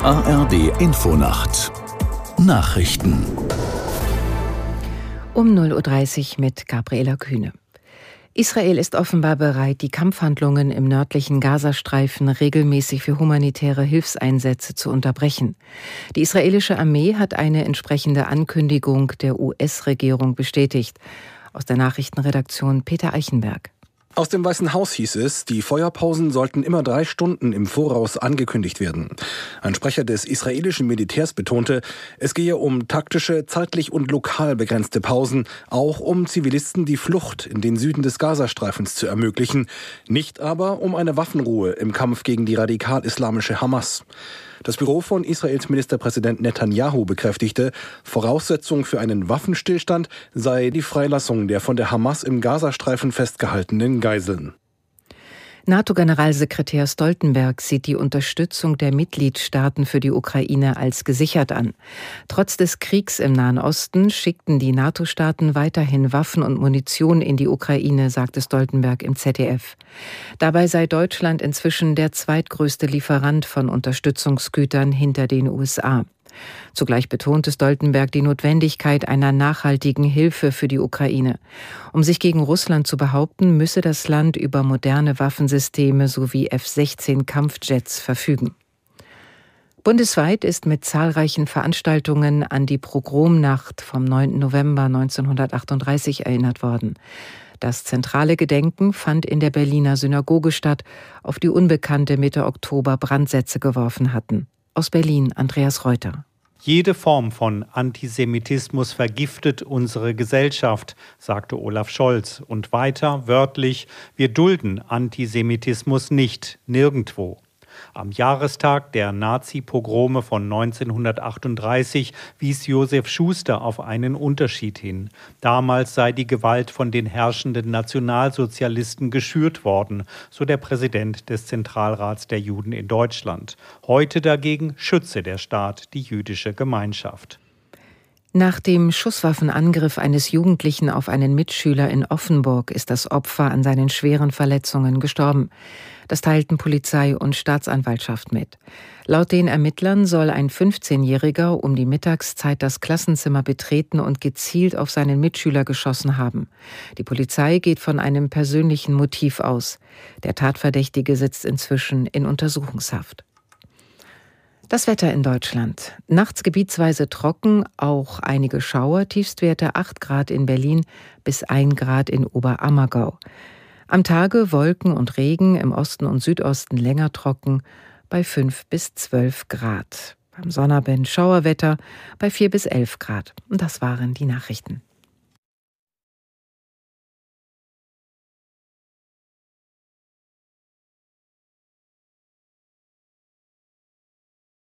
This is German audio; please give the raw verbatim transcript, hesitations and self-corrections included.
A R D Infonacht Nachrichten um null Uhr dreißig mit Gabriela Kühne. Israel ist offenbar bereit, die Kampfhandlungen im nördlichen Gazastreifen regelmäßig für humanitäre Hilfseinsätze zu unterbrechen. Die israelische Armee hat eine entsprechende Ankündigung der U S-Regierung bestätigt. Aus der Nachrichtenredaktion Peter Eichenberg. Aus dem Weißen Haus hieß es, die Feuerpausen sollten immer drei Stunden im Voraus angekündigt werden. Ein Sprecher des israelischen Militärs betonte, es gehe um taktische, zeitlich und lokal begrenzte Pausen, auch um Zivilisten die Flucht in den Süden des Gazastreifens zu ermöglichen, nicht aber um eine Waffenruhe im Kampf gegen die radikal-islamische Hamas. Das Büro von Israels Ministerpräsident Netanyahu bekräftigte, Voraussetzung für einen Waffenstillstand sei die Freilassung der von der Hamas im Gazastreifen festgehaltenen Geiseln. NATO-Generalsekretär Stoltenberg sieht die Unterstützung der Mitgliedstaaten für die Ukraine als gesichert an. Trotz des Kriegs im Nahen Osten schickten die NATO-Staaten weiterhin Waffen und Munition in die Ukraine, sagte Stoltenberg im Z D F. Dabei sei Deutschland inzwischen der zweitgrößte Lieferant von Unterstützungsgütern hinter den U S A. Zugleich betonte Stoltenberg die Notwendigkeit einer nachhaltigen Hilfe für die Ukraine. Um sich gegen Russland zu behaupten, müsse das Land über moderne Waffensysteme sowie F sechzehn Kampfjets verfügen. Bundesweit ist mit zahlreichen Veranstaltungen an die Pogromnacht vom neunten November neunzehnhundertachtunddreißig erinnert worden. Das zentrale Gedenken fand in der Berliner Synagoge statt, auf die Unbekannte Mitte Oktober Brandsätze geworfen hatten. Aus Berlin Andreas Reuter. Jede Form von Antisemitismus vergiftet unsere Gesellschaft, sagte Olaf Scholz. Und weiter wörtlich, wir dulden Antisemitismus nicht, nirgendwo. Am Jahrestag der Nazi-Pogrome von neunzehnhundertachtunddreißig wies Josef Schuster auf einen Unterschied hin. Damals sei die Gewalt von den herrschenden Nationalsozialisten geschürt worden, so der Präsident des Zentralrats der Juden in Deutschland. Heute dagegen schütze der Staat die jüdische Gemeinschaft. Nach dem Schusswaffenangriff eines Jugendlichen auf einen Mitschüler in Offenburg ist das Opfer an seinen schweren Verletzungen gestorben. Das teilten Polizei und Staatsanwaltschaft mit. Laut den Ermittlern soll ein fünfzehnjähriger um die Mittagszeit das Klassenzimmer betreten und gezielt auf seinen Mitschüler geschossen haben. Die Polizei geht von einem persönlichen Motiv aus. Der Tatverdächtige sitzt inzwischen in Untersuchungshaft. Das Wetter in Deutschland. Nachts gebietsweise trocken, auch einige Schauer, Tiefstwerte acht Grad in Berlin bis ein Grad in Oberammergau. Am Tage Wolken und Regen, im Osten und Südosten länger trocken, bei fünf bis zwölf Grad. Beim Sonnabend Schauerwetter bei vier bis elf Grad. Und das waren die Nachrichten.